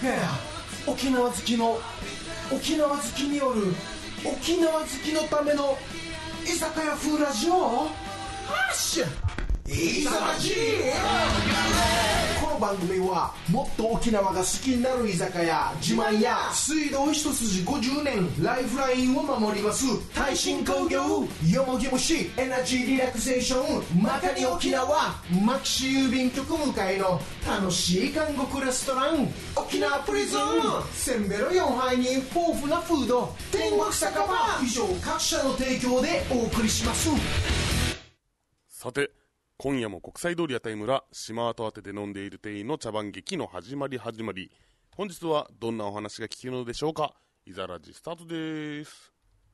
酒屋、沖縄好きの沖縄好きによる沖縄好きのための居酒屋風ラジオ。はっしゃいざらじ。この番組はもっと沖縄が好きになる居酒屋自慢や水道一筋50年ライフラインを守ります耐震工業よもぎ虫エナジーリラクゼーションまかに沖縄マキシ郵便局向かいの楽しい韓国レストラン沖縄プリズンせんべろ4杯に豊富なフード天国酒場以上各社の提供でお送りします。 さて今夜も国際通り屋台村島跡宛てで飲んでいる店員の茶番劇の始まり。本日はどんなお話が聞けるのでしょうか。いざらじスタートです。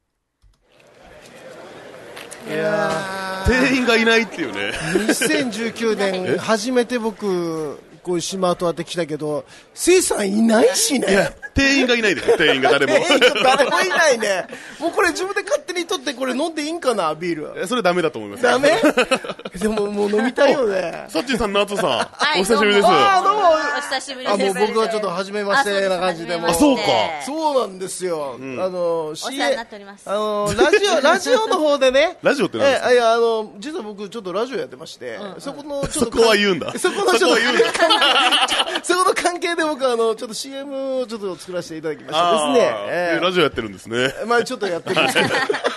いや店員がいないっていうね。 2019年初めて僕こう島跡宛て来たけどせいさんいないしね。 いや店員がいないですよ。店員が誰も誰もいないね。もうこれ自分で勝手に取ってこれ飲んでいいんかなビール。 それダメだと思います。 ダメでももう飲みたいよね。 さっちーさん、ナツさん、 はい、 お久しぶりです。 どうもお久しぶりです。 もう僕はちょっと初めましてな感じでもあ、そうか。 そうなんですよ。 お世話になっております。 ラジオの方でね。 ラジオって何ですか。 いや実は僕ちょっとラジオやってまして、そこのちょっとそこは言うんだ。 そこのちょっとそこの関係で僕ちょっと CM をちょっと作らせていただきましたですね。 ラジオやってるんですね。 まあちょっとやってるんですけど。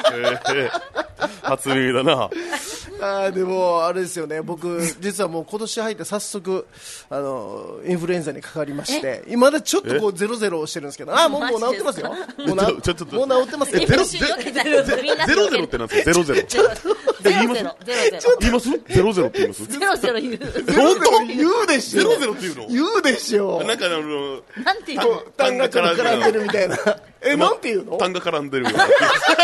初耳だな。 でもあれですよね。僕実はもう今年入って早速インフルエンザにかかりまして、今までちょっとこうゼロゼロをしてるんですけど、もう治ってますよ。もう治ってます。 ゼロゼロってなんですか。ゼロゼロ。言います。ゼロゼロって言います。 ゼロゼロ言う。 言うでしょ。 ゼロゼロって言うの。 言うでしょ。 なんかなんて言うの。 単が絡んでるみたいな。なんて言うの。 単が絡んでるような。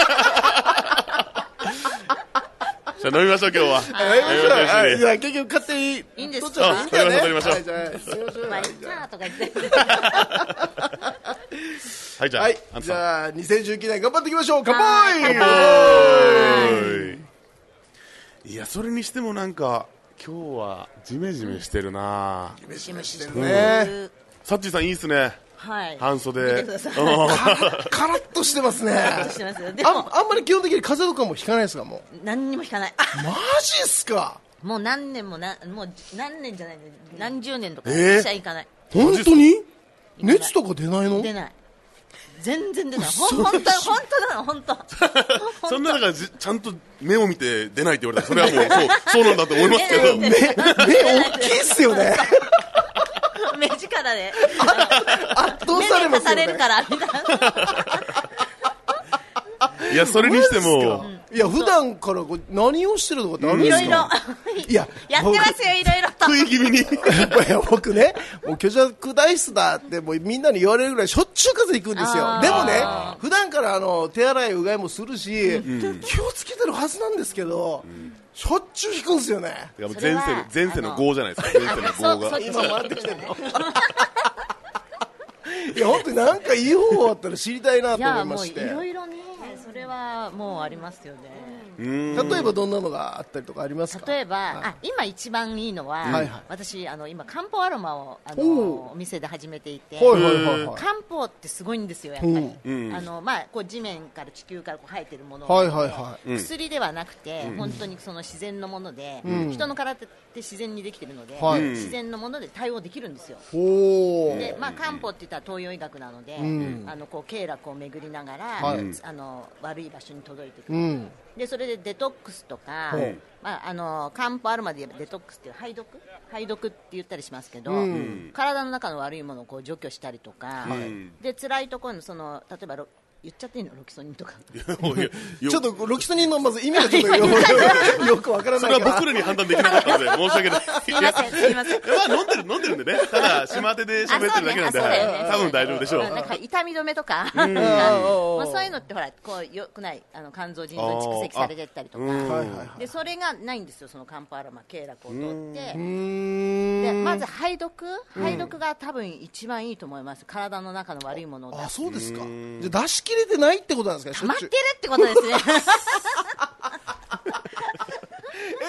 じゃあ飲みましょう今日は。 飲みましょう。いや結局勝手にいいんです。 取りましょう。 まあいっかとか言って。 はいじゃあ。 じゃあ2019年頑張っていきましょう。乾杯。 いやそれにしてもなんか今日はジメジメしてるな。 ムシムシしてるね。 サッチーさんいいっすね。 はい。 半袖。 カラッとしてますね。あんまり基本的に風邪とかもひかないですか。もう何にもひかない。 マジっすか。 もう何年ももう何年じゃない何十年とかしちゃいかない。 本当に熱とか出ないの。 出ない。全然出ない。本当なの本当。 そんな中ちゃんと目を見て出ないって言われたらそれはもうそうなんだと思いますけど。 目大きいっすよね。 目力で圧倒されますよね。 目でされるからみたいな。いやそれにしてもいや普段から何をしてるとかってあるんですか。 いろいろやってますよいろいろと。 食い気味に。 いや僕ねもう虚弱体質だってもうみんなに言われるぐらいしょっちゅう風邪ひくんですよ。でもね普段から手洗いうがいもするし、気をつけてるはずなんですけど、しょっちゅう引くんですよね。 前世の業じゃないですか。前世の業が今回ってきてるの。いや本当になんかいい方法あったら知りたいなと思いまして。 いやもういろいろねそれはもうありますよね。 例えばどんなのがあったりとかありますか。 例えば、今一番いいのは、私今漢方アロマをお店で始めていて、漢方ってすごいんですよやっぱり。こう地面から地球からこう生えてるもので、薬ではなくて、本当にその自然のもので、人の体って自然にできてるので、自然のもので対応できるんですよ。で漢方って言ったら東洋医学なので、こう経絡を巡りながら、悪い場所に届いてくる。でそれでデトックスとか、漢方アロマで言えばデトックスっていう排毒って言ったりしますけど、体の中の悪いものをこう除去したりとか、で辛いところの例えば言っちゃっていいのロキソニンとか。 ちょっとロキソニンのまず意味がちょっとよくわからないから。 それは僕らに判断できなかったので申し訳ない。 すいません。 飲んでるんでね。ただ島手で喋ってるだけなんで多分大丈夫でしょう。 なんか痛み止めとかそういうのってほらこうよくない肝臓腎臓に蓄積されてったりとかでそれがないんですよ。その漢方アロマ経絡を取ってでまず排毒が多分一番いいと思います。体の中の悪いものを出す。 あそうですか。じゃあ出し切れてないってことなんですか。 溜まってるってことですね。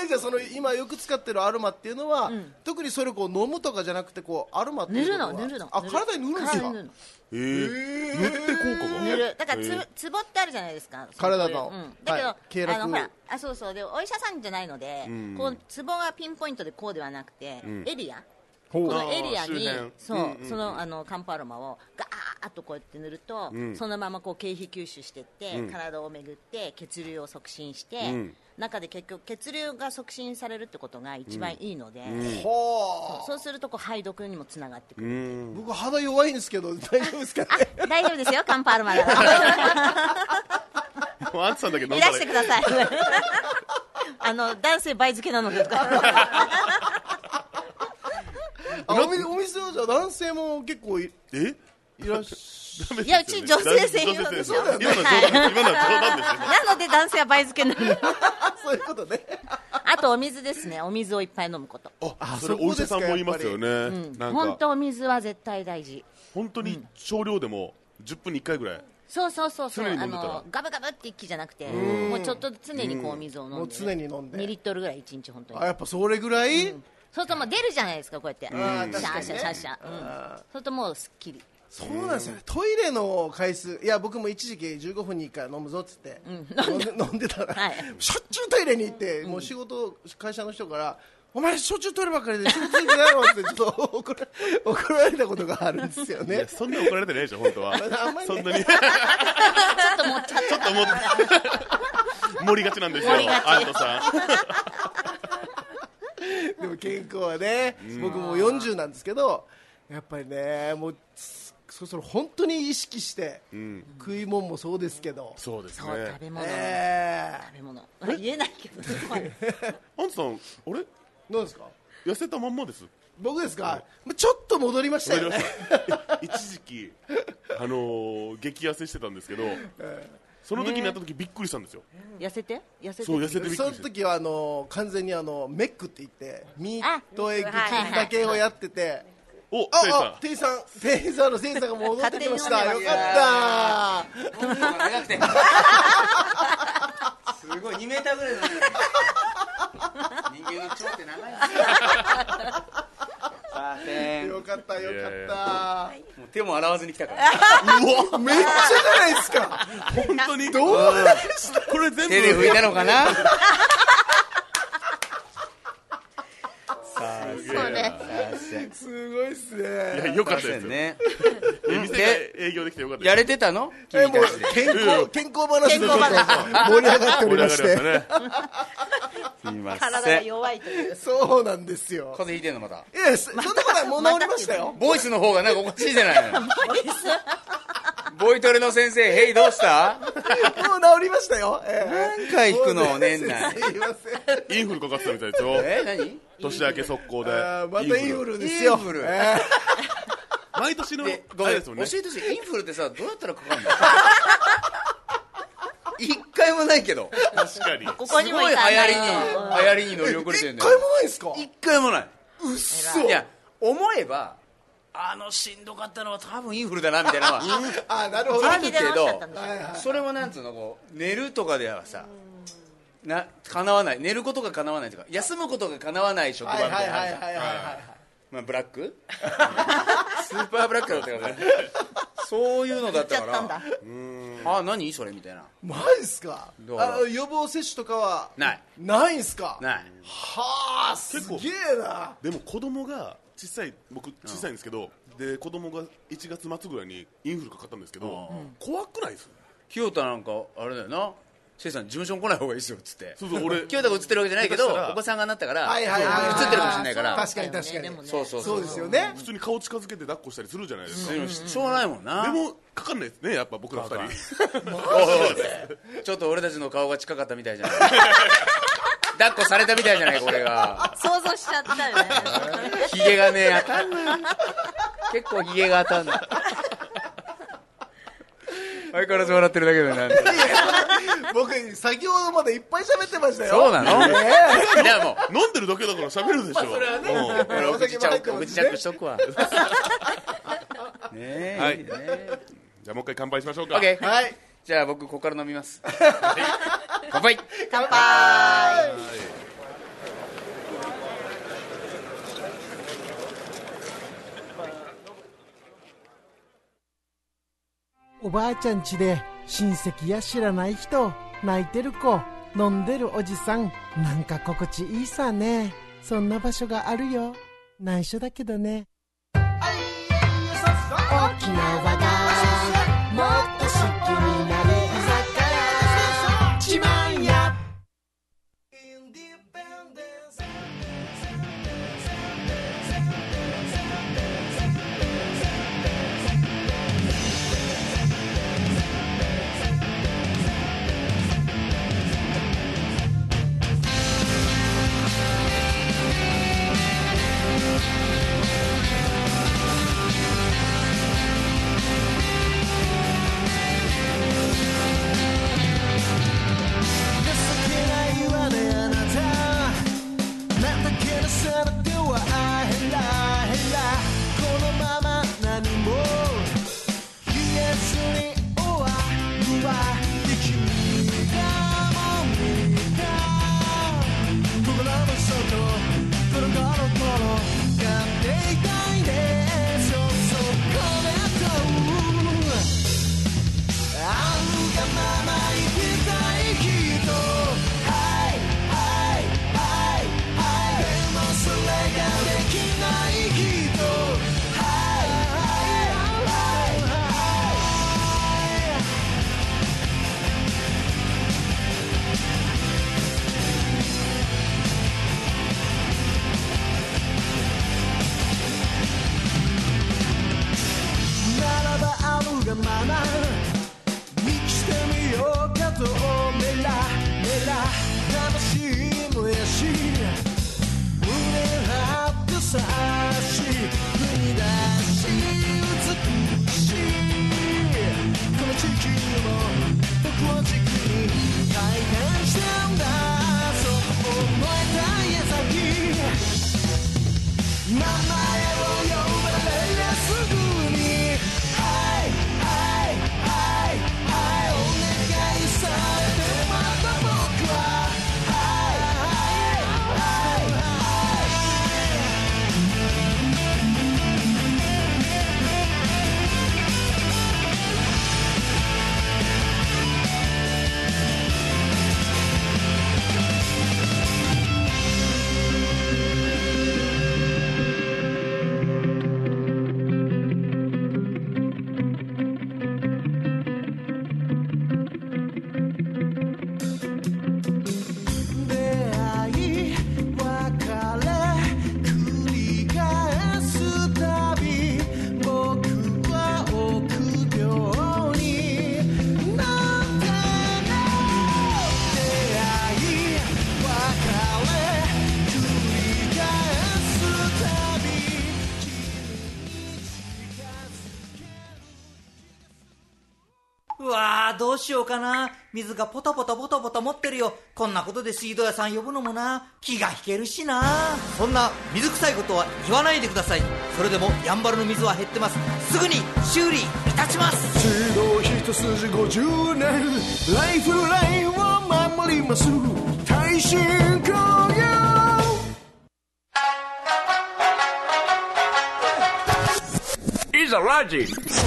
かその今よく使ってるアロマっていうのは、特にそれをこう飲むとかじゃなくてこうアロマっていうのは塗るのあ、体に塗るんですか。 塗るの塗って効果が塗る。だからツボってあるじゃないですか、 体のだけど、 経絡ほら、そうそう、でお医者さんじゃないので、こうツボがピンポイントでこうではなくて、エリア、このエリアにその漢方アロマをガーッとこうやって塗ると、そのままこう経費吸収していって、体を巡って血流を促進して、中で結局血流が促進されるってことが一番いいので、そうするとこう排毒にもつながってくる。 僕肌弱いんですけど大丈夫ですかね。 大丈夫ですよ、漢方アロマだからもうアンツさんだけ飲んいだららしてください男性倍付けなのでとかお店はじゃあ男性も結構いらっしゃる。 いや、うち女性専用ですよ。 今のは冗談ですよ。 なので男性は倍付けなの。 そういうことね。 あとお水ですね。お水をいっぱい飲むこと。 それお医者さんも言いますよね。 本当お水は絶対大事。 本当に少量でも10分に1回ぐらい。 そうガブガブって一気じゃなくて、もうちょっと常にこうお水を飲んで、 もう常に飲んで 2リットルぐらい1日本当に。 やっぱそれぐらい。 そうするともう出るじゃないですか、こうやってシャー確かにねシャーシャー。そうするともうすっきり。 そうなんですよね。トイレの回数、いや僕も一時期15分に1回飲むぞっつって飲んでたら、しょっちゅうトイレに行って、もう仕事会社の人からお前しょっちゅうトイレばっかりで仕事ついてないのってちょっと怒られたことがあるんですよね。 そんな怒られてないでしょ本当は。 あんまりね、 そんなにちょっと持っちゃった。 ちょっと盛りがちなんですよ、アントさでも健康はね、僕もう40なんですけど、やっぱりね、もうそろそろ本当に意識して、食い物もそうですけど、 そうですね。 食べ物、食べ物言えないけどアントさん、あれどうですか。 痩せたまんまです。 僕ですか、ちょっと戻りましたよね。 一時期激痩せしてたんですけど、その時になった時びっくりしたんですよ。 痩せてそう痩せてびっくりした。 その時は完全にメックって言ってミートエッグだけをやってて、店員さんの店員さんが戻ってきました。よかった。 すごい2メーターぐらいの人間の腸って長いですよ。 よかったよかった。 もう手も洗わずに来たから。 うわ、めっちゃじゃないですか。 本当にどうでした。 これ全部手で拭いたのかな。 すごいっすね。 いや、よかったですよね。店で営業できてよかったです。 やれてたの？ 健康話でちょっと盛り上がっておりまして。 すみません。 体が弱いという。 そうなんですよ。 風邪ひいてんのまた。 いや、そんなことはもう治りましたよ。 ボイスの方がなんかおかしいじゃないの。ボイトレの先生、ヘイどうした？ もう治りましたよ。 何回行くの年内。 すいません。 インフルかかってたみたいですよ。 何？ 年明け速攻で。 またインフルですよ。 毎年のごめん、教えてほしい。インフルってさ、どうやったらかかるの？一回もないけど。 確かに。 ここにもいた流行りに乗り遅れてるんだよ。 一回もないですか？ 一回もない。 うっそ。 いや、思えばしんどかったのは多分インフルだなみたいなのはなるほど。 あるけど、それもなんつうの、こう寝るとかではさ叶わない、寝ることが叶わないとか休むことが叶わない職場みたいな、ブラックスーパーブラックだったからね。そういうのだったから何それみたいな。 マジっすか？予防接種とかはないんすか？ ない。 はあ、すげえな。 でも子供が小さい、僕小さいんですけど、で子供が1月末ぐらいにインフルかかったんですけど、怖くないです？ 清田なんかあれだよな、せいさん事務所に来ない方がいいですよっつって。 そう俺清田が映ってるわけじゃないけど、お子さんがなったから映ってるかもしれないから。 確かにそうですよね。 普通に顔近づけて抱っこしたりするじゃないですか。 しょうがないもんな。 でもかかんないですね、やっぱ僕ら2 人。ちょっと俺たちの顔が近かったみたいじゃない。抱っこされたみたいじゃないこれが。 想像しちゃったよね。 ヒゲがね当たんない。結構ヒゲが当たんない。相変わらず笑ってるだけでなんで。 僕先ほどまでいっぱい喋ってましたよ。 そうなの？いやもう飲んでるだけだから喋るでしょ。 それはね。 俺お口チャックしとくわ。ねえ。 じゃあもう一回乾杯しましょうか。 はい。じゃあ僕ここから飲みます。乾杯。 乾杯。 おばあちゃん家で親戚や知らない人、泣いてる子、飲んでるおじさん、なんか心地いいさね。そんな場所があるよ。内緒だけどね。沖縄がもっと好きになる居酒屋、ちまんや。 どうしようかな。水がポタポタポタポタ持ってるよ。こんなことで水道屋さん呼ぶのもな、気が引けるしな。そんな水臭いことは言わないでください。それでもやんばるの水は減ってます。すぐに修理いたします。 水道一筋50年、ライフラインを守ります。耐震工業。 いざラジ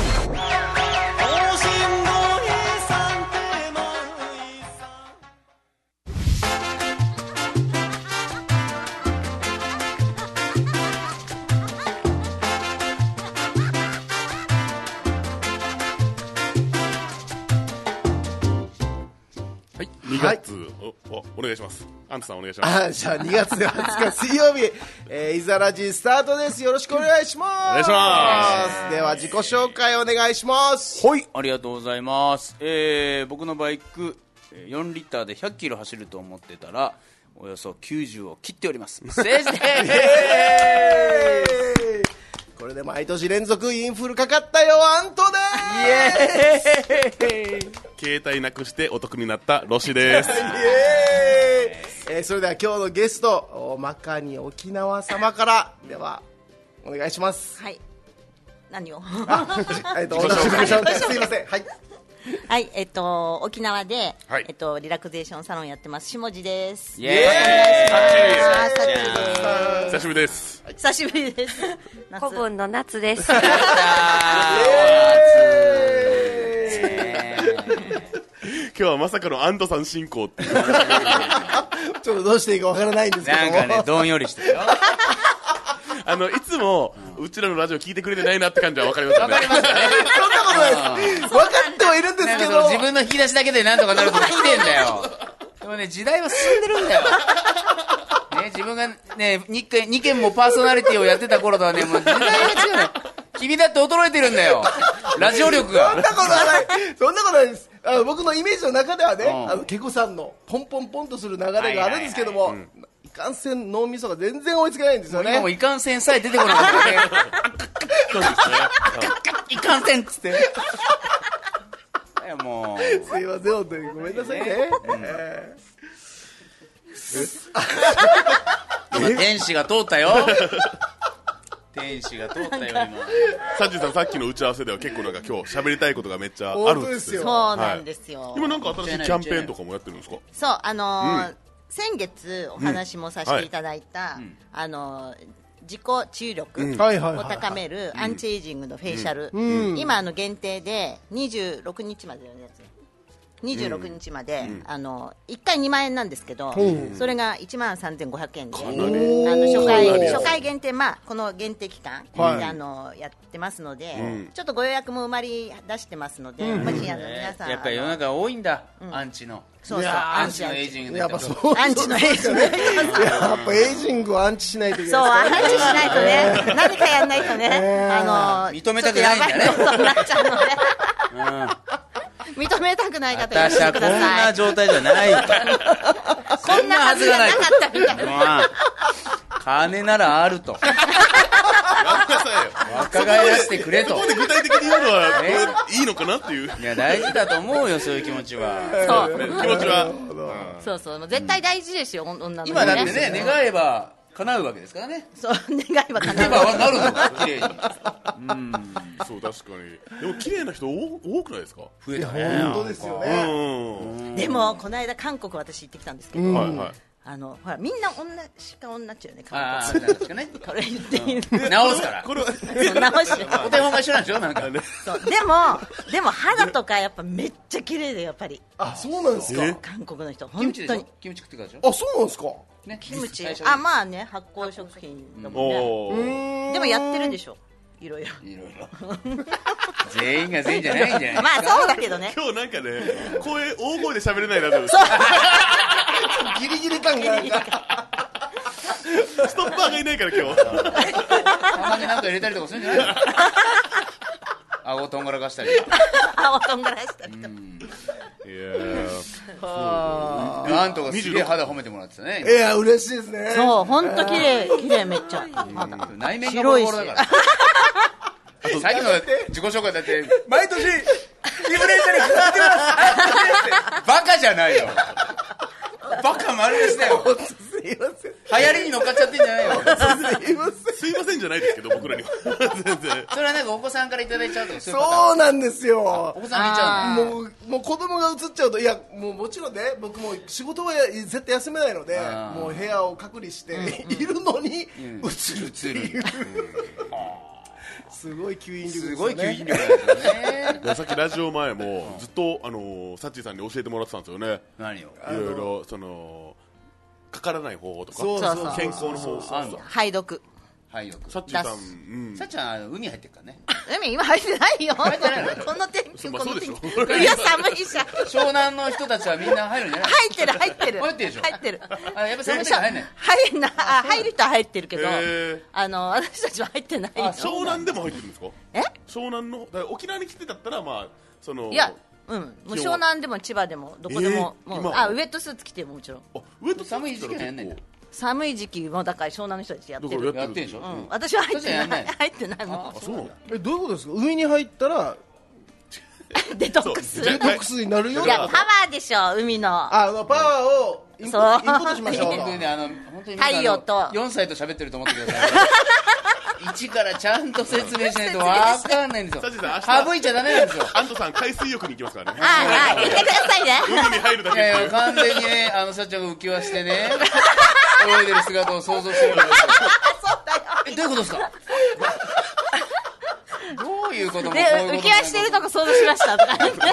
2月、お願いします。アンツさんお願いします。 じゃあ2月20日水曜日、いざらじスタートです。よろしくお願いします。 お願いします。 では自己紹介お願いします。 はい、ありがとうございます。僕のバイク4リッターで100キロ走ると思ってたらおよそ90を切っております。誠治です。 これで毎年連続インフルかかったよ、アントでーす。 携帯なくしてお得になったロシです。 それでは今日のゲスト、マカニ沖縄様からではお願いします。 はい。何を？ すいません。はい。 はい、沖縄で、 はい、 リラクゼーションサロンやってます下地です。 イエーイ。 久しぶりです。 久しぶりです。 古文の夏です。 日はまさかのアンドさん進行っていうちょっとどうしていいかわからないんですけども、 なんかねどんよりしてるよ。 いつもうちらのラジオ聞いてくれてないなって感じは分かりますよね。 わかりますよね。 そんなことないです。分かってはいるんですけど、 自分の引き出しだけでなんとかなるとか来てんだよ。でもね、時代は進んでるんだよ。ね、自分がね、2件もパーソナリティをやってた頃とはね、もう時代が違うね。君だって衰えてるんだよ。ラジオ力が。 そんなことはない。そんなことないです。僕のイメージの中ではね、ケコさんのポンポンポンとする流れがあるんですけども、いかんせん脳みそが全然追いつけないんですよね。 今もいかんせんさえ出てこなかったね。 そうですね。 いかんせんっつって。いやもう。 すいません、本当にごめんなさいね。 今天使が通ったよ。天使が通ったよ今。 サッチーさんさっきの打ち合わせでは結構なんか今日喋りたいことがめっちゃあるんですよ。 そうなんですよ。 今なんか新しいキャンペーンとかもやってるんですか？ そう、先月お話もさせていただいた、自己注力を高めるアンチエイジングのフェイシャル、今限定で26日までのやつ、26日まで、1回2万円なんですけど、それが13,500円で、初回限定、この限定期間で、やってますので、ちょっとご予約も埋まり出してますので、もし皆さんやっぱり世の中多いんだ、アンチの。 そうそう、 アンチのエイジング。 やっぱそうアンチのエイジング。 やっぱエイジングをアンチしないといけない。 そう、アンチしないとね、何かやんないとね、 認めたくないんだね。 ちょっとやばいことになっちゃうので。認めたくない方は許してください。 私はこんな状態じゃないと。 こんなはずがなかったみたいな。 金ならあると。若返らせてくれと。 そこで具体的に言うのはいいのかなっていう。 いや大事だと思うよ、そういう気持ちは。 そう気持ちは。 そうそう、絶対大事ですよ、女の子ね。 今だってね、願えば叶うわけですからね。 そう、願えば叶う。 なるのか、綺麗に。 そう、確かに。でも綺麗な人多くないですか？ 増えたね。 本当ですよね。 でもこの間韓国私行ってきたんですけど、ほらみんな女しか女っちゅうね、韓国。 確かね。 これ言っていいの？ 直すから。 これは直して。 お手本が一緒なんでしょ、なんか。 そう、でも肌とかやっぱめっちゃ綺麗で、やっぱり。 あ、そうなんですか。 韓国の人、本当に。 キムチ食ってからでしょ。 あ、そうなんですか。 キムチ、まあね、発酵食品だもんね。でもやってるでしょ、いろいろ。 全員が全員じゃないんじゃない。 まあそうだけどね。 今日なんかね、大声で喋れないなと思って。 ギリギリ感があるか。 ストッパーがいないから今日。 たまになんか入れたりとかするんじゃない？顎とんがらかしたり。 顎とんがらしたりと。 なんとかすげえ肌褒めてもらってたね。 いや、嬉しいですね。 そう、本当綺麗めっちゃ。 内面がボロボロだから。さっきの自己紹介だって毎年リブレーションにかかってます。バカじゃないよ。バカ丸出しだよ。 すいません。 流行りに乗っかっちゃってんじゃないよ。 すいませんじゃないですけど、僕らには。全然。 それはなんかお子さんからいただいちゃうとか。 そうなんですよ。 お子さんにいっちゃうね。もう子供が映っちゃうと、いや、もちろんね、僕も仕事は絶対休めないので、もう部屋を隔離しているのに映るっていう。すごい吸引力ですね。 すごい吸引力ですよね。 さっきラジオ前もずっとサッチーさんに教えてもらってたんですよね。 何を？ いろいろかからない方法とか、健康の方法。 排毒。 サッチーさん、 サッチーは海入ってるからね。 海今入ってないよ。 入ってないの？ この天気、この天気。 いいや寒いし。 湘南の人たちはみんな入るんじゃない？ 入ってる。 入ってるでしょ。 入ってる。 やっぱ寒い時は入んない？ 入る人は入ってるけど、私たちは入ってない。 湘南でも入ってるんですか？湘南の沖縄に来てたったらまあいや。もう湘南でも千葉でもどこでも、ウェットスーツ着てももちろん。 ウェット寒い時期はやんないんだ。 寒い時期もだから湘南の人たちやってる。 やってんでしょ。 私は入ってない。入ってないもん。 あ、そうなの？ どういうことですか？海に入ったらデトックス。 デトックスになるよ。 いや、パワーでしょ、海の。 パワーをインプットしましょう。 本当に太陽と 4歳と喋ってると思ってください。一からちゃんと説明しないと分かんないんですよ。省いちゃダメなんですよ。 アントさん海水浴に行きますからね。 言ってくださいね。 海に入るだけ。 いやいや、完全にね、サッチャが浮き輪してね、泳いでる姿を想像してるんですよ。どういうことですか？どういうことも浮き輪してるとこ想像しましたとか。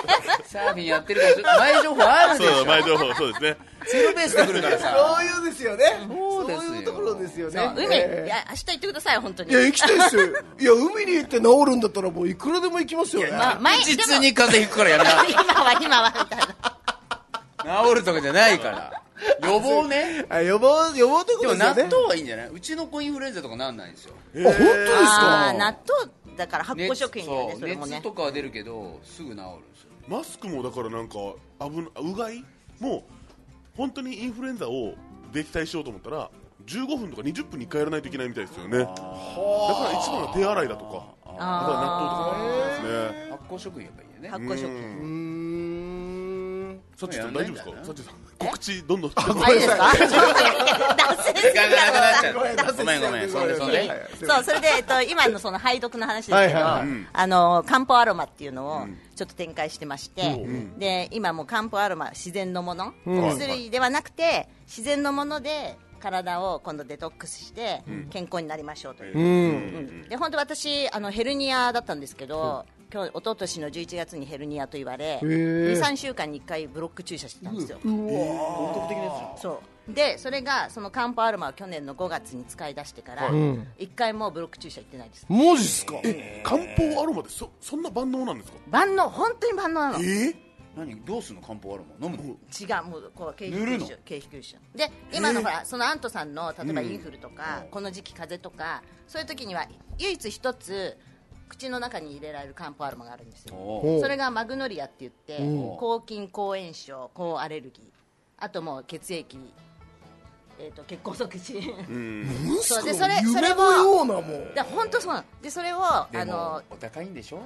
サーフィンやってるから前情報あるでしょ。 そう前情報そうですね。 ゼロベースで来るからさ。 そういうですよね。 そういうところですよね。 海、いや明日行ってください本当に。 いや行きたいですよ。いや海に行って治るんだったらもういくらでも行きますよね。 実に風邪ひくからやめな。 今はみたいな。治るとかじゃないから。予防ね。 予防ってことですよね。 でも納豆はいいんじゃない？うちの子インフルエンザとかなんないんですよ。 本当ですか？ 納豆だから発酵食品だよね。それもね。 熱とかは出るけどすぐ治るんですよ。 マスクもだからなんかうがいも本当にインフルエンザを撃退しようと思ったら15分とか20分に1回やらないといけないみたいですよね。だから一番は手洗いだとか、だから納豆とかですね。 発酵食品やっぱいいよね。 発酵食品。 さっちさん大丈夫ですか？さっちさん告知どんどん。 いいですか？ 時間がなくなっちゃう。ごめん。それで今のその拝読の話ですけど、漢方アロマっていうのをちょっと展開してまして、で今もう漢方アロマ自然のもの、薬ではなくて自然のもので体を今度デトックスして健康になりましょうという。で本当私ヘルニアだったんですけど。一昨年の11月にヘルニアと言われ 2,3 週間に1回ブロック注射してたんですよ。本格的なやつ。そうでそれがその漢方アロマを去年の5月に使い出してから1回もブロック注射行ってないです。 マジっすか？ 漢方アロマでそんな万能なんですか？ 万能、本当に万能なの。 何どうすんの漢方アロマ飲むの？ 違う、もうこう経皮吸収で今のほらそのアントさんの例えばインフルとかこの時期風邪とかそういう時には唯一一つ口の中に入れられる漢方アロマがあるんですよ。それがマグノリアって言って抗菌、抗炎症、抗アレルギー、あともう血液、血行促進。 そうでそれ夢のようなもん。 で本当そうなの。でそれをお高いんでしょ？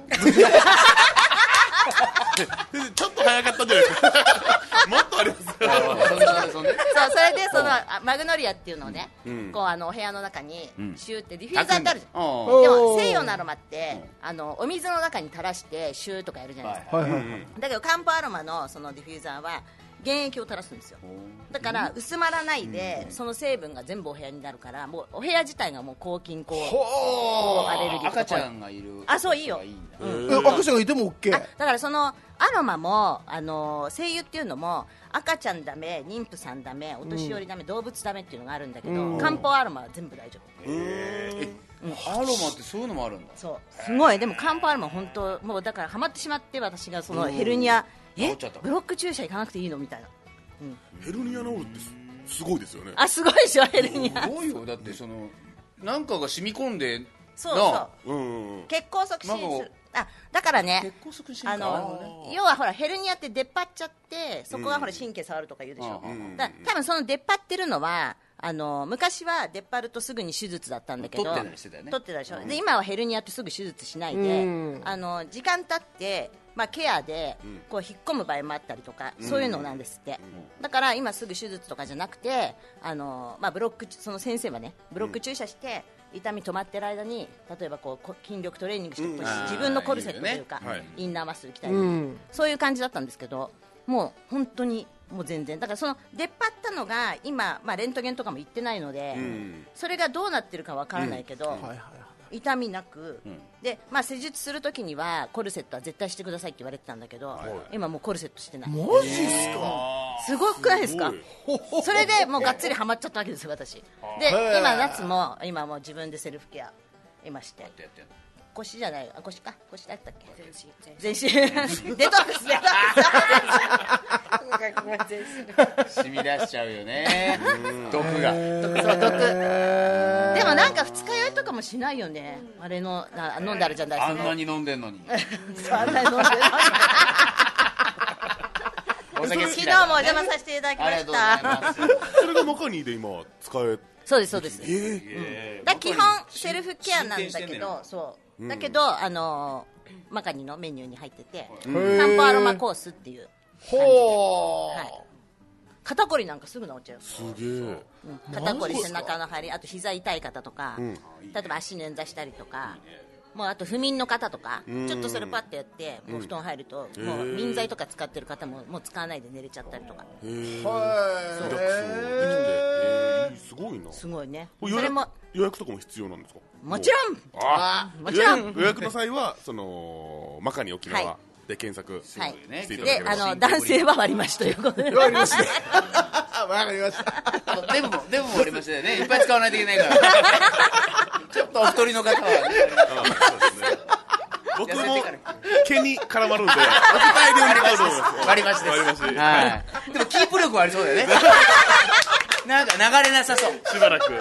ちょっと早かったんじゃないですか？もっとありますよ。 それでそのマグノリアっていうのをね、こうお部屋の中にシューってディフューザーってあるじゃん。でも西洋のアロマってお水の中に垂らしてシューとかやるじゃないですか。だけど漢方アロマのそのディフューザーは原液を垂らすんですよ。だから薄まらないでその成分が全部お部屋になるからもうお部屋自体がもう抗菌抗アレルギーとか。 赤ちゃんがいる。 そういいよ。 赤ちゃんがいても OK。 だからそのアロマも精油っていうのも赤ちゃんダメ、妊婦さんダメ、お年寄りダメ、動物ダメっていうのがあるんだけど漢方アロマは全部大丈夫。 アロマってそういうのもあるんだ。 そうすごい。でも漢方アロマ本当もうだからハマってしまって私がそのヘルニアブロック注射行かなくていいのみたいな。 ヘルニア治るってすごいですよね。 すごいでしょヘルニア。 すごいよ。だってそのなんかが染み込んでそう血行促進する。だからね要はほらヘルニアって出っ張っちゃってそこがほら神経触るとか言うでしょ。多分その出っ張ってるのは昔は出っ張るとすぐに手術だったんだけど取ってたりしてたよね。 取ってたでしょ。で今はヘルニアってすぐ手術しないで時間経ってケアでこう引っ込む場合もあったりとかそういうのなんですって。だから今すぐ手術とかじゃなくてブロックその先生はねブロック注射して痛み止まってる間に例えばこう筋力トレーニングして自分のコルセットというかインナーマッスル鍛えるそういう感じだったんですけどもう本当にもう全然だからその出っ張ったのが今レントゲンとかも行ってないのでそれがどうなってるかわからないけど痛みなくで施術するときにはコルセットは絶対してくださいって言われてたんだけど今もうコルセットしてない。 マジっすか？ すごくないですか？それでもうがっつりハマっちゃったわけですよ私で。今夏も今もう自分でセルフケア今して腰じゃない腰か腰だったっけ全身デトックスデトックス染み出しちゃうよね毒がそう毒でもなんか二日酔いとかもしないよね。あれの飲んであるじゃないですか。 あんなに飲んでんのにあんなに飲んでんのに昨日もお邪魔させていただきました。 それがマカニーで今使えそうですそうです。だ基本セルフケアなんだけどそうだけどマカニのメニューに入ってて漢方アロマコースっていう肩こりなんかすぐ治っちゃう。 すげえ。 肩こり背中の張りあと膝痛い方とか例えば足捻挫したりとかもうあと不眠の方とかちょっとそれパッとやってもう布団入るともう眠剤とか使ってる方ももう使わないで寝れちゃったりとかすごいな。 すごいね。 それも予約とかも必要なんですか？ もちろんもちろん予約の際はそのマカニ沖縄で検索はいしていただければ、 男性は割り増しということでわかりましたわかりましたデブも割りましたよね。いっぱい使わないといけないからちょっとお太りの方は、ね、 僕も毛に絡まるんで大量に使うと思います。 割り増しです。 割り増し、 はい、でもキープ力はありそうだよねなんか流れなさそうしばらく、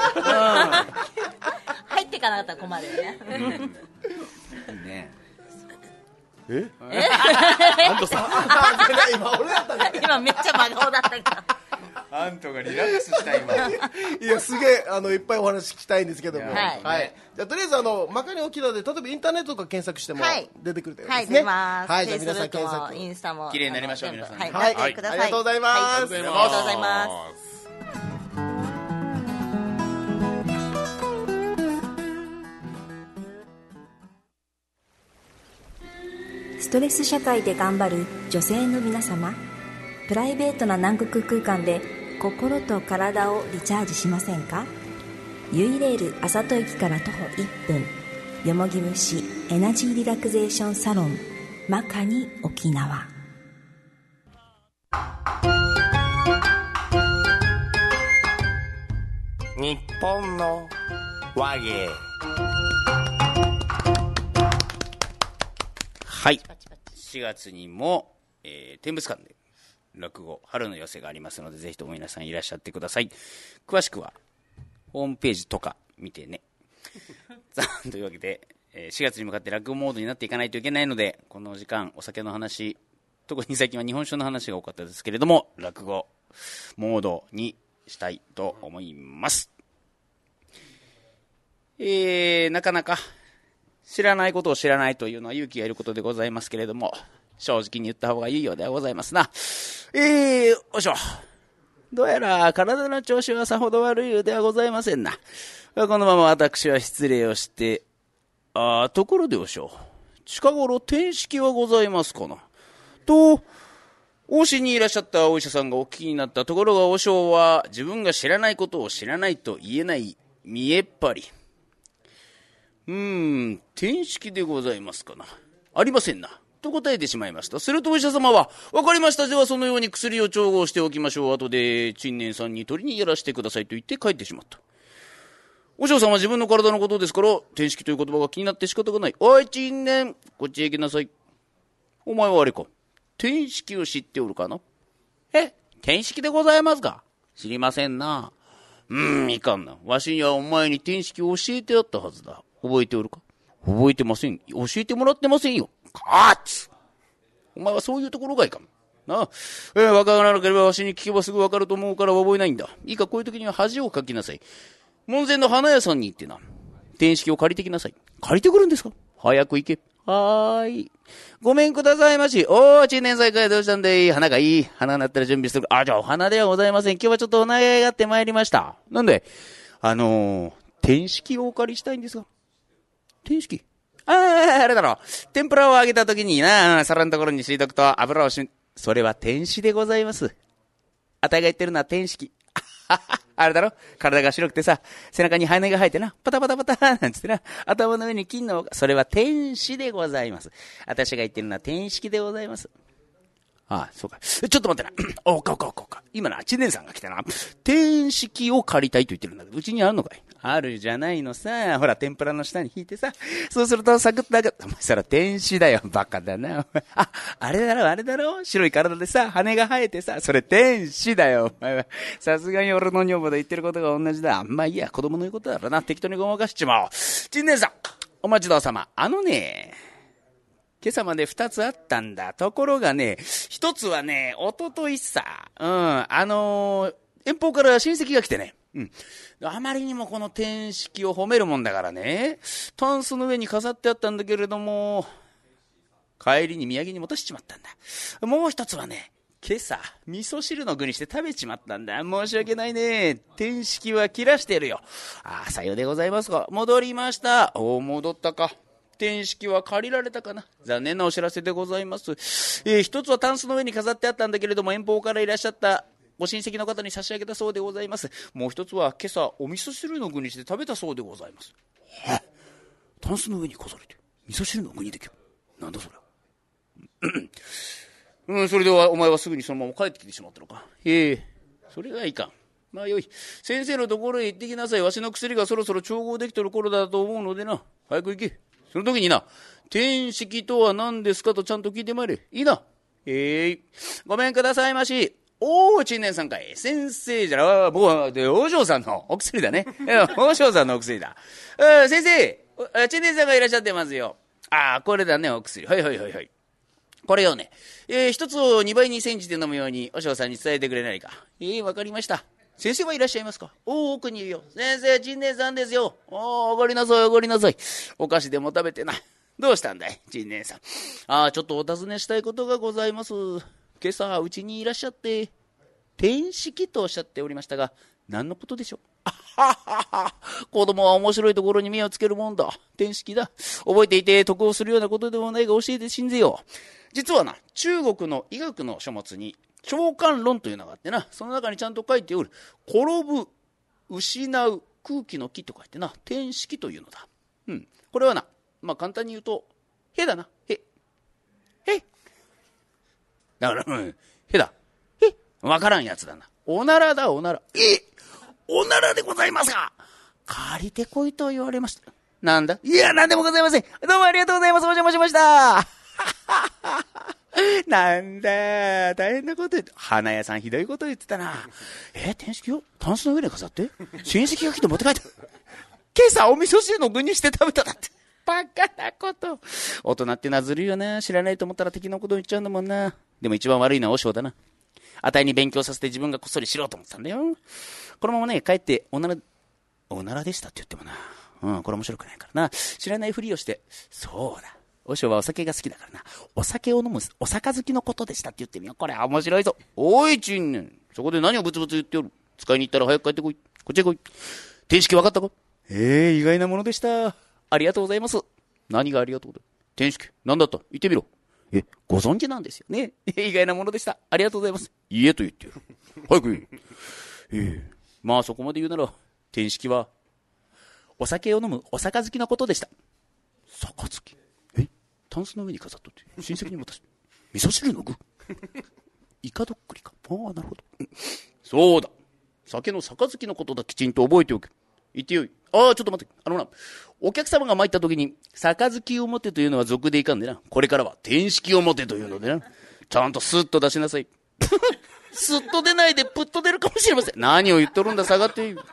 入ってかなかったら困るよね、 ねアントさん今俺だったね今めっちゃ真顔だったけどアントがリラックスした今いやすげえいっぱいお話聞きたいんですけども、 はいじゃあとりあえずマカニ沖縄で例えばインターネットとか検索してもはい出てくるということはい、 ですね。 出ます。 はい、じゃあ皆さん Facebook も検索。 インスタも綺麗になりましょう皆さんはい、 はいなってください。 ありがとうございますはいありがとうございますストレス社会で頑張る女性の皆様、プライベートな南国空間で心と体をリチャージしませんか？ユイレールあさと駅から徒歩1分、よもぎ虫エナジーリラクゼーションサロンマカニ沖縄。 日本の和芸。 はい、4月にも、天物館で落語春の寄せがありますので、ぜひとも皆さんいらっしゃってください。詳しくはホームページとか見てねというわけで、4月に向かって落語モードになっていかないといけないので、この時間お酒の話、特に最近は日本酒の話が多かったですけれども、落語モードにしたいと思います。なかなか知らないことを知らないというのは勇気がいることでございますけれども、正直に言った方がいいようではございますな。よいしょ。どうやら体の調子はさほど悪いようではございませんな。このまま私は失礼をして、ところでおしょう、近頃転式はございますかなと往診にいらっしゃったお医者さんがお聞きになった。ところがおしょうは自分が知らないことを知らないと言えない見えっ張り。転式でございますかな。ありませんなと答えてしまいました。するとお医者様は、わかりました、ではそのように薬を調合しておきましょう。後で陳年さんに取りにやらせてくださいと言って帰ってしまった。お嬢さんは自分の体のことですから、転式という言葉が気になって仕方がない。おい陳年、こっちへ来なさい。お前はあれか、転式を知っておるかな。転式でございますか。知りませんな。いかんな。わしにはお前に転式を教えてあったはずだ。覚えておるか。覚えてません。教えてもらってませんよ。お前はそういうところがいかんな。わからなければわしに聞けばすぐわかると思うから覚えないんだ。いいか、こういう時には恥をかきなさい。門前の花屋さんに行ってな、転式を借りてきなさい。借りてくるんですか。早く行け。はーい。ごめんくださいまし。陳年祭会どうしたんだい。花がいい。花になったら準備する。じゃあお花ではございません。今日はちょっとお願いがあって参りました。なんで転式をお借りしたいんですが。転式あれだろ。天ぷらを揚げた時にな、皿のところに敷いとくと油をそれは天子でございます。あたいが言ってるのは天式。あれだろ。体が白くてさ、背中に羽が生えてな、パタパタパタなんつってな、頭の上に金の、それは天子でございます。私が言ってるのは天式でございます。そうか。ちょっと待ってな。おか。今な、知念さんが来たな。転式を借りたいと言ってるんだけど、うちにあるのかい。あるじゃないのさ。ほら、天ぷらの下に引いてさ。そうするとサクッと上がる。お前そら転式だよ。バカだな。あれだろ。白い体でさ、羽が生えてさ。それ転式だよ。お前は。さすがに俺の女房で言ってることが同じだ。いいや、子供の言うことだろな。適当にごまかしちまおう。知念さん、お待ちどうさま。今朝まで2つあったんだ。ところがね、1つはね、おとといさ、遠方から親戚が来てね、あまりにもこの転式を褒めるもんだからね、タンスの上に飾ってあったんだけれども、帰りに土産に戻しちまったんだ。もう1つはね、今朝、味噌汁の具にして食べちまったんだ。申し訳ないね。転式は切らしてるよ。さようでございますか。戻りました。戻ったか。転式は借りられたかな。残念なお知らせでございます。一つはタンスの上に飾ってあったんだけれども、遠方からいらっしゃったご親戚の方に差し上げたそうでございます。もう一つは今朝お味噌汁の具にして食べたそうでございます。タンスの上に飾れて味噌汁の具にできる。なんだそれ。 それではお前はすぐにそのまま帰ってきてしまったのか。それがいかん。まあよい。先生のところへ行ってきなさい。わしの薬がそろそろ調合できてる頃だと思うのでな。早く行け。その時にな、天式とは何ですかとちゃんと聞いてまいれ。いいな。ごめんくださいまし。陳年さんかい。先生じゃな、僕は、王将さんのお薬だね。王将さんのお薬だ。先生、陳年さんがいらっしゃってますよ。これだね、お薬。はい。これをね、一つを2倍に煎じて飲むように、お嬢さんに伝えてくれないか。わかりました。先生はいらっしゃいますか？奥にいるよ。先生、陳年さんですよ。おごりなさい。お菓子でも食べてな。どうしたんだい、陳年さん。ちょっとお尋ねしたいことがございます。今朝、うちにいらっしゃって、天式とおっしゃっておりましたが、何のことでしょう？子供は面白いところに目をつけるもんだ。天式だ。覚えていて得をするようなことでもないが教えて信ぜよう。実はな、中国の医学の書物に長官論というのがあってな、その中にちゃんと書いておる。転ぶ、失う、空気の気と書いてな、天式というのだ。これはな、簡単に言うと、へだな。へ。だから、へだ。わからんやつだな。おならだ、おなら。おならでございますか？借りてこいと言われました。なんだ？いや、なんでもございません。どうもありがとうございます。お邪魔しました。なんだ、大変なこと言って。花屋さんひどいこと言ってたな。天式をタンスの上に飾って親戚が来て持って帰った。今朝お味噌汁の具にして食べただって。バカなこと。大人ってのはずるいよな。知らないと思ったら敵のことを言っちゃうんだもんな。でも一番悪いのは和尚だな。あたいに勉強させて自分がこっそりしろと思ってたんだよ。このままね、帰っておならでしたって言ってもな。これ面白くないからな。知らないふりをして、そうだ。和尚はお酒が好きだからな。お酒を飲むお杯のことでしたって言ってみよう。これは面白いぞ。おい、陳年。そこで何をブツブツ言っておる。使いに行ったら早く帰ってこい。こっちへ来い。天式分かったか？意外なものでした。ありがとうございます。何がありがとうだ。天式、何だった？言ってみろ。ご存知なんですよね。意外なものでした。ありがとうございます。いいえと言ってよ。早く言え。そこまで言うなら、天式は、お酒を飲むお杯のことでした。杯？タンスの上に飾っとって、親戚に渡す。味噌汁の具？イカどっくりか。なるほど。そうだ。酒の杯のことだ。きちんと覚えておけ。言ってよい。ちょっと待って。お客様が参った時に、杯を持てというのは俗でいかんでな。これからは天式を持てというのでな。ちゃんとスッと出しなさい。スッと出ないでプッと出るかもしれません。何を言っとるんだ、下がっている。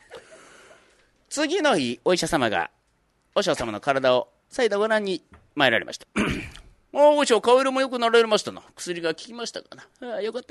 次の日、お医者様が、和尚様の体を再度ご覧に参られました。和尚、顔色も良くなられましたな。薬が効きましたかな。よかった。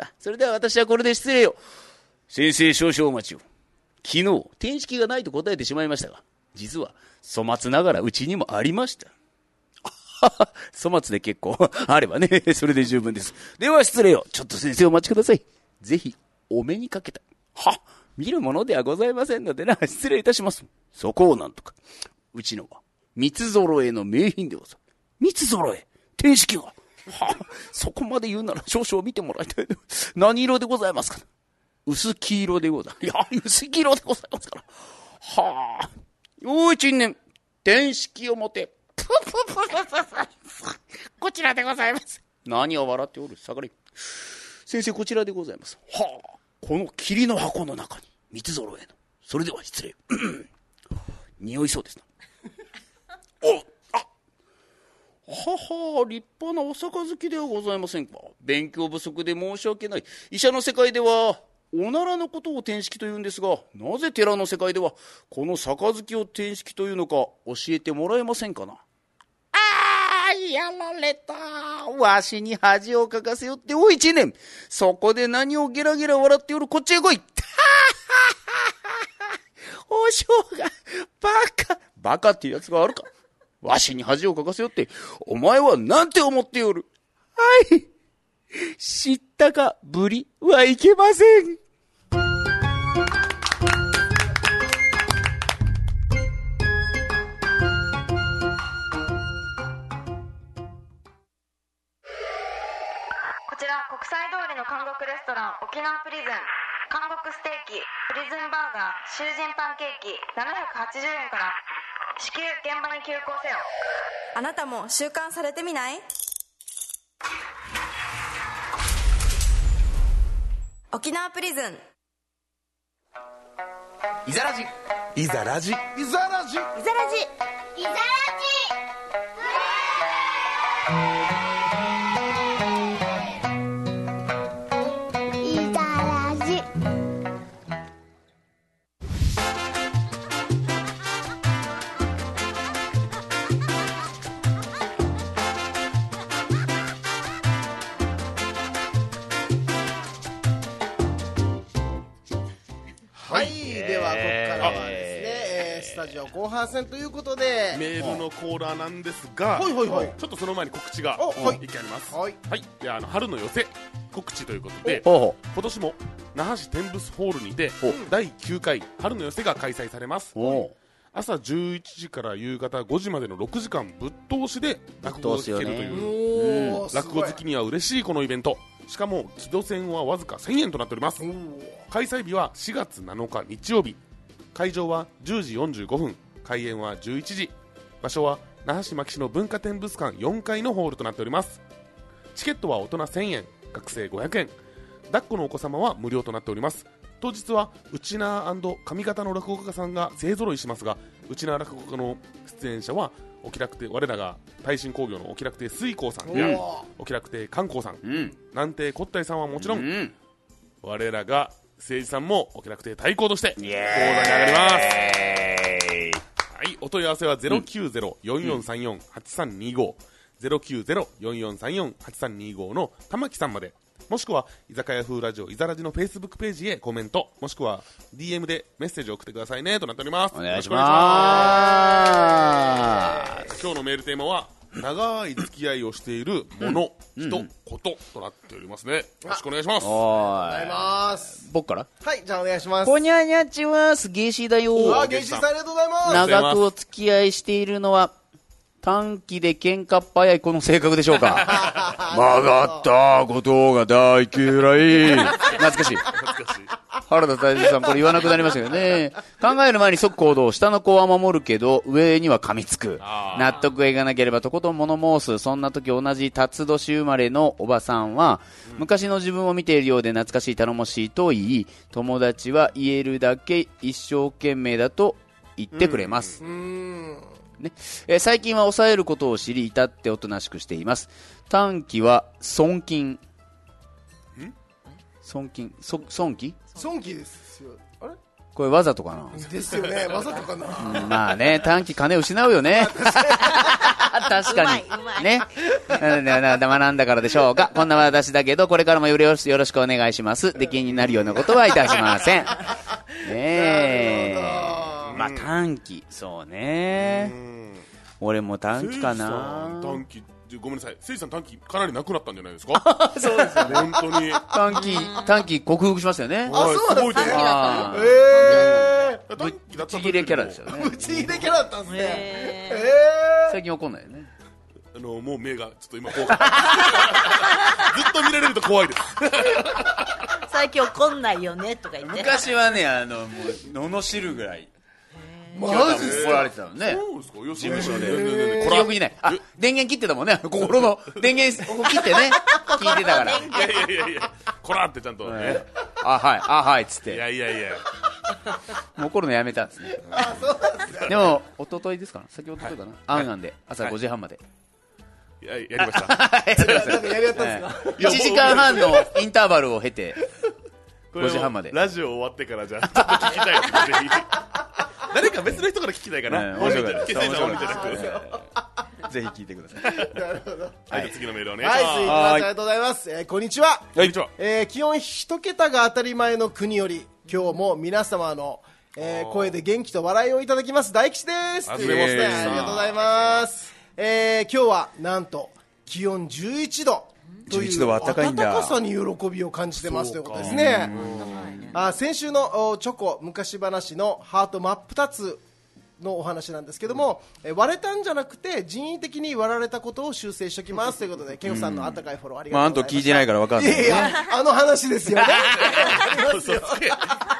それでは私はこれで失礼よ。先生、少々お待ちを。昨日、天式がないと答えてしまいましたが、実は、粗末ながらうちにもありました。粗末で結構、あればね、それで十分です。では失礼よ。ちょっと先生お待ちください。ぜひ、お目にかけた。見るものではございませんのでな、失礼いたします。そこをなんとか。うちのは、三つ揃えの名品でござる。三つ揃え天式が。そこまで言うなら少々見てもらいたい。何色でございますか？薄黄色でございます。薄黄色でございますから。おい、陳年。天式を持て。こちらでございます。何を笑っておる、下がり。先生、こちらでございます。この霧の箱の中に三つ揃えの。それでは失礼。匂いそうですな。立派なお杯ではございませんか。勉強不足で申し訳ない。医者の世界ではおならのことを天式というんですが、なぜ寺の世界ではこの杯を天式というのか教えてもらえませんかな。やられた。わしに恥をかかせよって。おい、一年。そこで何をゲラゲラ笑っておる。こっちへ来い。おしょうがバカってやつがあるか。わしに恥をかかせよって、お前はなんて思っておる。知ったかぶりはいけません。 こちら国際通りの韓国レストラン沖縄プリズン。韓国ステーキ、プリズンバーガー、囚人パンケーキ780円から。至急現場に急行せよ。 あなたも習慣されてみない？ 沖縄プリズン。 いざらじいざラジいざラジいざらじいざらじ。 はい、ではここからはですね、スタジオ後半戦ということでメールのコーナーなんですが、 はいはいはい、 ちょっとその前に告知がはい一件あります。 はい、 はい、で春の寄せ告知ということで、 ほ今年も那覇市天ブスホールにて第9回春の寄せが開催されます。朝11時から夕方5時までの6時間ぶっ通しで落語を聞けるという、落語好きには嬉しいこのイベント。しかも木戸線はわずか1000円となっております。開催日は4月7日日曜日、会場は10時45分、開演は11時、場所は那覇市牧市の文化展物館4階のホールとなっております。チケットは大人1000円、学生500円、抱っこのお子様は無料となっております。当日は内縄&上方の落語家さんが勢ぞろいしますが、内縄落語家の出演者はお気楽亭、我らが耐震工業のお気楽亭水光さんやお気楽亭観光さん、南亭骨体さんはもちろん、我らが誠司さんもお気楽亭太鼓として講座に上がります。はい、お問い合わせは 090-4434-8325、090-4434-8325 の玉木さんまで、もしくは居酒屋風ラジオいざらじのフェイスブックページへコメント、もしくは DM でメッセージを送ってくださいねとなっております。 お願いします。 今日のメールテーマは長い付き合いをしているもの、人、こととなっておりますね。よろしくお願いします。 お願いします。 僕から、 はい、じゃあお願いします。 こにゃにゃちはすげーしーだよ。 ゲイシーさんありがとうございます。 長くお付き合いしているのは短期で喧嘩っ早いこの性格でしょうか。曲がったことが大嫌い。懐かしい。原田泰造さん、これ言わなくなりましたけどね。考える前に即行動。下の子は守るけど上には噛みつく。納得がいかなければとことん物申す。そんな時同じ辰年生まれのおばさんは、昔の自分を見ているようで懐かしい、頼もしいと言い、友達は言えるだけ一生懸命だと言ってくれます。ね、最近は抑えることを知り、至っておとなしくしています。短期は損金。損金、損期ですよ。あれこれわざとかなですよね、わざとかな。 まあね、短期金失うよね。確かに。ね。学んだからでしょうか。こんな私だけど、これからもよろしくお願いします。出禁になるようなことはいたしません。ねえ。まあ短期、そうね。俺も短期かな。 短期、ごめんなさい、せいじさん短期かなりなくなったんじゃないですか。 そうですよね。 本当に短期克服しましたよね。 あ、そうなんですね。 ぶっちぎれキャラですよね。 ぶっちぎれキャラだったんですね。 最近怒んないよね。 もう目がちょっと今怖かった。ずっと見られると怖いです。 最近怒んないよねとか言って。 昔はね、もう罵るぐらい。 マジ怒られてたのね。 そうですか。 事務所で。記憶にない。あ、電源切ってたもんね。心の電源を切ってね。聞いてたから。いや。こらってちゃんとね。 あ、はい、つって。 いや。 もう怒るのやめたんですね。 あ、そうなんですか。 でも、一昨日ですかな。先ほどかな。あんで、朝5時半まで。 やりました。 やりやったんですか。 1時間半のインターバルを経て、5時半まで。 ラジオ終わってからじゃあ、ちょっと聞きたいですね、ぜひ。誰か別の人から聞きたいかな。 面白い。 ぜひ聞いてください。 なるほど。 はい、次のメールお願いします。 はい、ありがとうございます。こんにちは。 こんにちは。 気温1桁が当たり前の国より、今日も皆様の声で元気と笑いをいただきます大吉です。ありがとうございます。今日はなんと気温11度という暖かさに喜びを感じてますということですね。先週のチョコ昔話のハート真っ二つのお話なんですけども、割れたんじゃなくて人為的に割られたことを修正しておきますということで、ケンさんの温かいフォローありがとうございます。 あんた聞いてないから分かんない。 いやあの話ですよね。 嘘つけよ。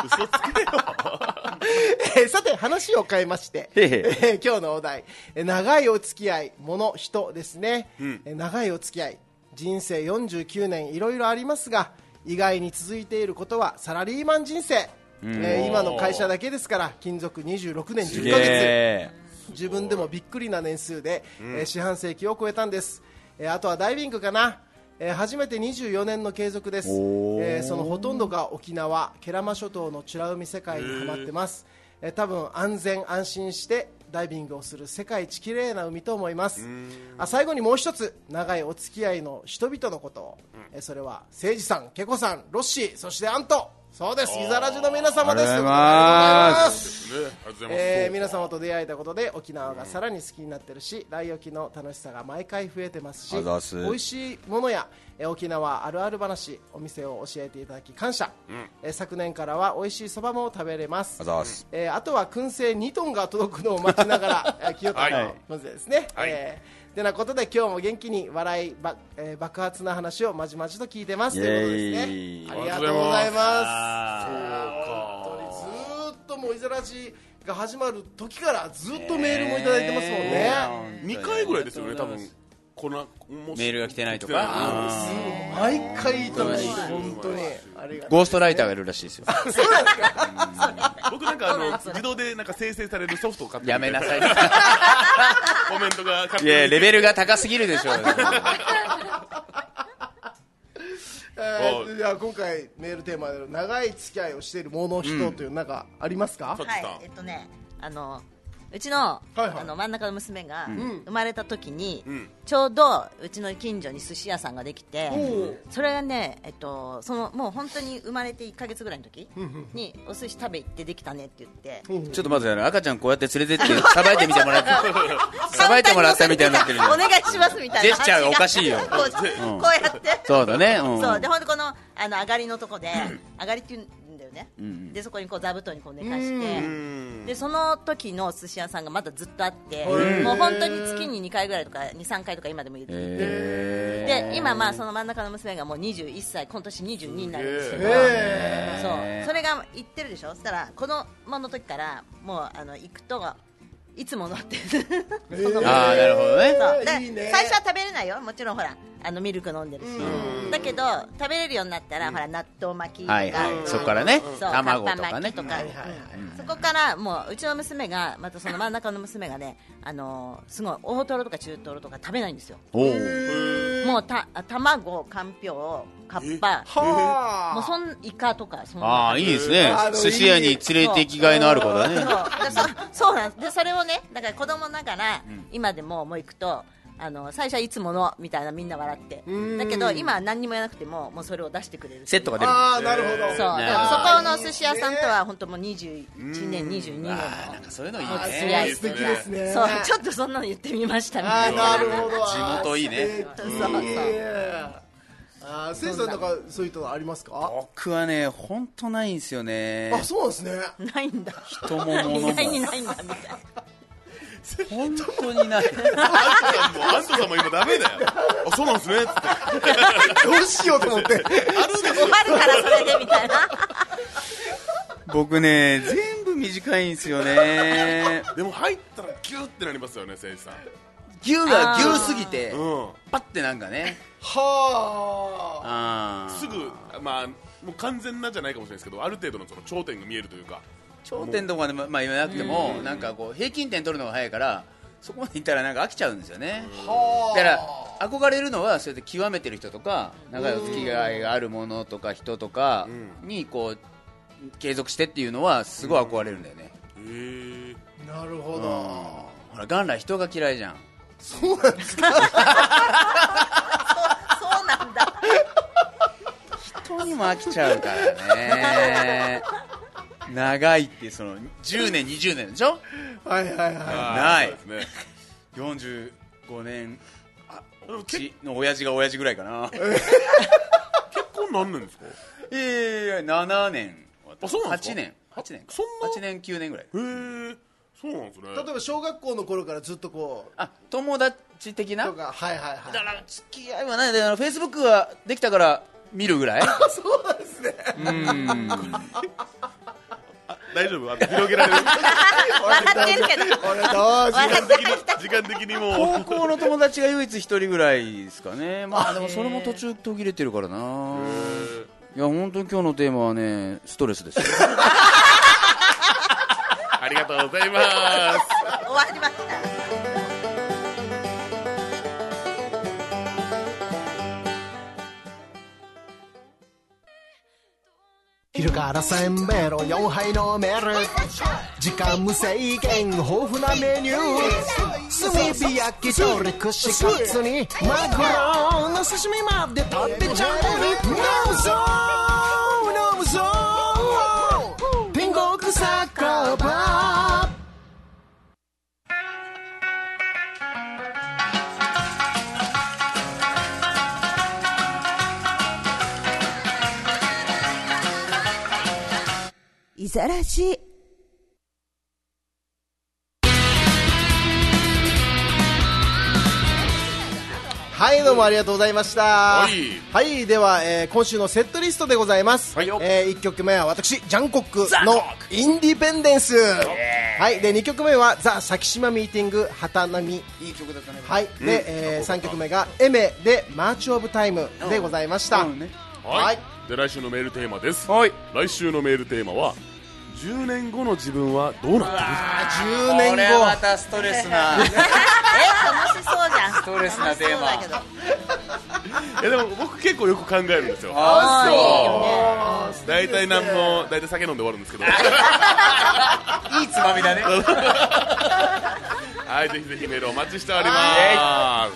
さて話を変えまして、今日のお題、長いお付き合い、物、人ですね。長いお付き合い、人生49年いろいろありますが、 意外に続いていることはサラリーマン人生、今の会社だけですから勤続26年10ヶ月、自分でもびっくりな年数で、四半世紀を超えたんです。あとはダイビングかな。初めて24年の継続です。そのほとんどが沖縄慶良間諸島の美ら海世界にハマってます。多分安全安心してダイビングをする世界一きれいな海と思います。最後にもう一つ長いお付き合いの人々のことを、それは誠司さん、ケコさん、ロッシー、そしてアント、そうです、イザラジの皆様です。ありがとうございます。皆様と出会えたことで沖縄がさらに好きになってるし、来沖の楽しさが毎回増えてますし、美味しいものや沖縄あるある話、お店を教えていただき感謝。昨年からは美味しいそばも食べれます。あとは燻製2トンが届くのを待ちながら清田のまずですね。てなことで今日も元気に笑い、爆発な話をまじまじと聞いてますということですね。ありがとうございます。本当にずっともうイザラジが始まる時からずっとメールもいただいてますもんね。 2回ぐらいですよね多分。メールが来てないとか毎回いただいて本当にゴーストライターがいるらしいですよ。 そうなんですか。 僕なんか自動でなんか生成されるソフトを買ってやめなさい。 コメントがいやレベルが高すぎるでしょう。 じゃあ今回メールテーマで長い付き合いをしているもの人というなんかありますか？ はい、うちの、真ん中の娘が生まれた時に、ちょうどうちの近所に寿司屋さんができて、それがね、そのもう本当に生まれて1ヶ月ぐらいの時にお寿司食べ行ってできたねって言って、 ちょっと待って、赤ちゃんこうやって連れてってさばいてみてもらってさばいてもらったみたいになってるじゃん。 お願いしますみたいなジェスチャーがおかしいよ。 こうやってそうだね。 そうで、ほんでこの上がりのとこで上がりっていうんだよね。でそこにこう座布団にこう寝かして、でその時の寿司屋さんがまだずっとあって、もう本当に月に2回ぐらいとか 2,3 回とか今でも言って、で今まあその真ん中の娘がもう21歳、今年22になるんですけど、そうそれが言ってるでしょ。そしたら子供の時からもう行くといつものってああなるほどね。 そういいね。最初は食べれないよ、もちろんほらミルク飲んでるし、だけど食べれるようになったら、ほら納豆巻きとか、 そこからね、卵とかね、 そこからもううちの娘がまたその真ん中の娘がね、すごい大トロとか中トロとか食べないんですよ。もう卵、かんぴょう、かっぱ、もうイカとか、 ああいいですね。寿司屋に連れて行きがいのある子だね。 そうなんです。でそれをね、だから子供ながら今でももう行くと。最初はいつものみたいなみんな笑って、だけど今は何にもやらなくてももうそれを出してくれるセットが出る。 ああなるほど。 そうだからそこの寿司屋さんとは本当もう21年22年のそういうのいいね。素敵ですね。 そうちょっとそんなの言ってみましたみたいな。なるほど。 地元いいね。 せいさんなんかそういうのありますか？ 僕はね本当ないんですよね。 あそうなんですね。 ないんだ。 人も物も意外にないんだみたいな。 本当にない。 アントさんも今ダメだよ。あ、そうなんですね。 どうしようと思って。 終わるからそれでみたいな。 僕ね全部短いんですよね。 でも入ったらギューってなりますよね、せいさん。 ギューがギューすぎて、パッてなんかね。 はあ。すぐまあもう完全なじゃないかもしれないですけど、ある程度のその頂点が見えるというか。 頂点とかでまあ言わなくてもなんかこう平均点取るのが早いからそこまでいったらなんか飽きちゃうんですよね。だから憧れるのはそうやって極めてる人とか長いお付き合いがあるものとか人とかにこう継続してっていうのはすごい憧れるんだよね。 なるほど。 ほら元来人が嫌いじゃん。 そうなんですか。 そうなんだ。 人にも飽きちゃうからね。長いってその10年20年でしょ。 はいはいはい。 ない。45年うちの親父が親父ぐらいかな。 結婚何年ですか ？7年8年8年9年ぐらい。 へえ、そうなんですね。 例えば小学校の頃からずっとこう友達的なとか、はいはいはい。 だから付き合いはないで、フェイスブックはできたから見るぐらい。 そうなんですね。 大丈夫？広げられる？ 笑ってるけど。 時間的にも高校の友達が唯一一人ぐらいですかね。まあでもそれも途中途切れてるからな。 いや本当に今日のテーマはねストレスですありがとうございます終わりました。 昼からせんべろ4杯飲める、時間無制限豊富なメニュー、炭火焼き鳥串カツにマグロの刺身まで食べちゃう。飲むぞ飲むぞ天国酒場。 いざらしはいどうもありがとうございました。 ははいでは、今週のセットリストでございます。 はい 1曲目は私ジャンコックのインディペンデンス、はいで2曲目はザ・先島ミーティング旗波、 いい曲だったね。 はいで、3曲目がエメでマーチオブタイムでございました。 はい、 はい、 で来週のメールテーマです。 はい、 来週のメールテーマは10年後の自分はどうなってる。 10年後これはまたストレスな楽しそうじゃん。 ストレスなテーマ。 楽しそうだけど。 でも僕結構よく考えるんですよ。 あいいよね。 大体酒飲んで終わるんですけどいいつまみだねはいぜひぜひメールお待ちしております。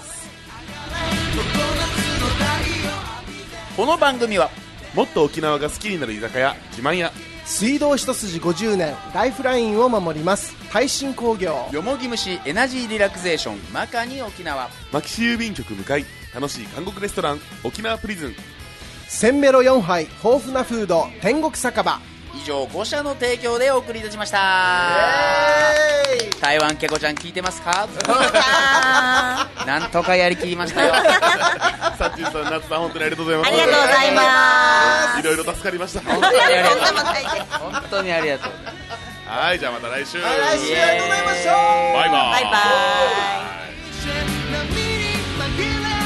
この番組はもっと沖縄が好きになる居酒屋自慢屋、 水道一筋50年ライフラインを守ります耐震工業、 よもぎ虫エナジーリラクゼーションマカニ沖縄、 牧師郵便局向かい楽しい韓国レストラン沖縄プリズン、 せんべろ4杯豊富なフード天国酒場。 以上5社の提供でお送りいたしました。台湾ケコちゃん聞いてますか。なんとかやりきりましたよさっちんさん、夏さん本当にありがとうございます。 ありがとうございます。 いろいろ助かりました。 本当にありがとう。本当にありがとう。 はいじゃあまた来週。 来週ありがとうございました。 バイバイ。 バイバイ。